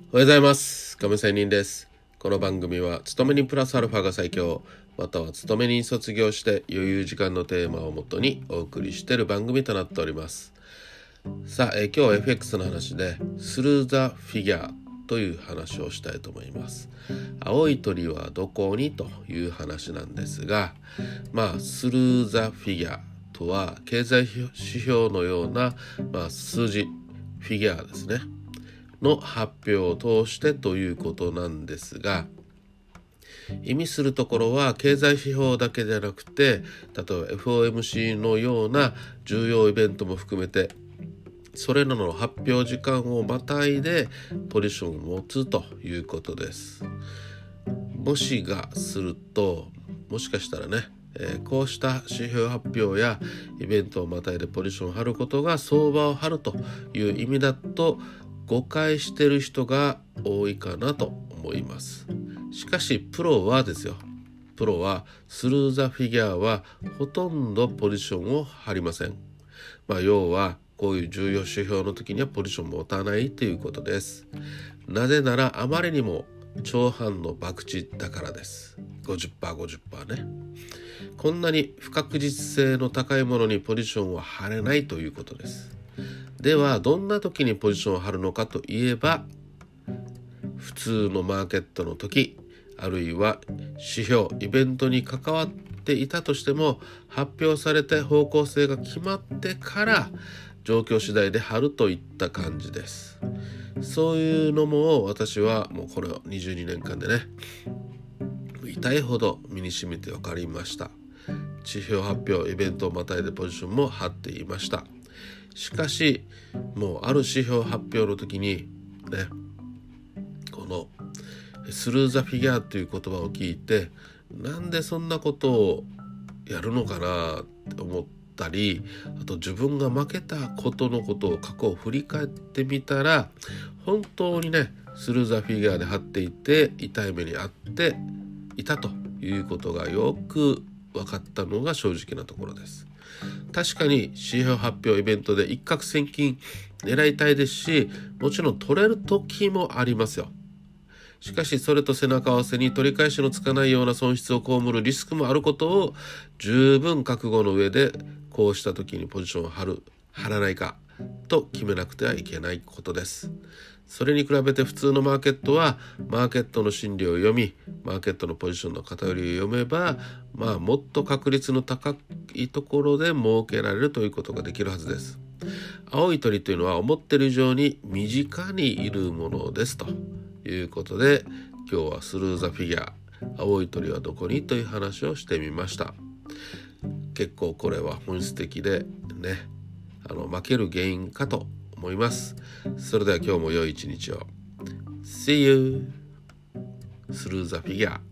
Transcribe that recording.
おはようございます。亀仙人です。この番組は勤め人プラスアルファが最強、または勤め人卒業して余裕時間のテーマをもとにお送りしている番組となっております。さあ、今日は FX の話でスルーザフィギュアという話をしたいと思います。青い鳥はどこにという話なんですが、スルーザフィギュアとは経済指標のような、数字フィギュアですねの発表を通してということなんですが、意味するところは経済指標だけじゃなくて、例えば FOMC のような重要イベントも含めてそれらの発表時間をまたいでポジションを持つということです。もしかしたらね、こうした指標発表やイベントをまたいでポジションを張ることが相場を張るという意味だと誤解している人が多いかなと思います。しかしプロはスルーザフィギュアはほとんどポジションを張りません。要はこういう重要指標の時にはポジションを持たないということです。なぜならあまりにも長半の博打だからです。 50%50% ね。こんなに不確実性の高いものにポジションを張れないということです。ではどんな時にポジションを張るのかといえば、普通のマーケットの時、あるいは指標イベントに関わっていたとしても、発表されて方向性が決まってから状況次第で張るといった感じです。そういうのも私はもうこれを22年間でね、痛いほど身に染みて分かりました。指標発表イベントをまたいでポジションも張っていました。しかしもうある指標発表の時にね、このスルーザフィギュアという言葉を聞いて、なんでそんなことをやるのかなって思ったり、あと自分が負けたことを過去を振り返ってみたら、本当にねスルーザフィギュアで張っていて痛い目に遭っていたということがよく分かったのが正直なところです。確かに指標発表イベントで一攫千金狙いたいですし、もちろん取れる時もありますよ。しかしそれと背中合わせに取り返しのつかないような損失を被るリスクもあることを十分覚悟の上で、こうした時にポジションを張らないかと決めなくてはいけないことです。それに比べて普通のマーケットはマーケットの心理を読み、マーケットのポジションの偏りを読めば、もっと確率の高いところで設けられるということができるはずです。青い鳥というのは思っている以上に身近にいるものですということで、今日はスルーザフィギュア、青い鳥はどこにという話をしてみました。結構これは本質的でね、負ける原因かと思います。それでは今日も良い一日を。See you! スルーザフィギュア。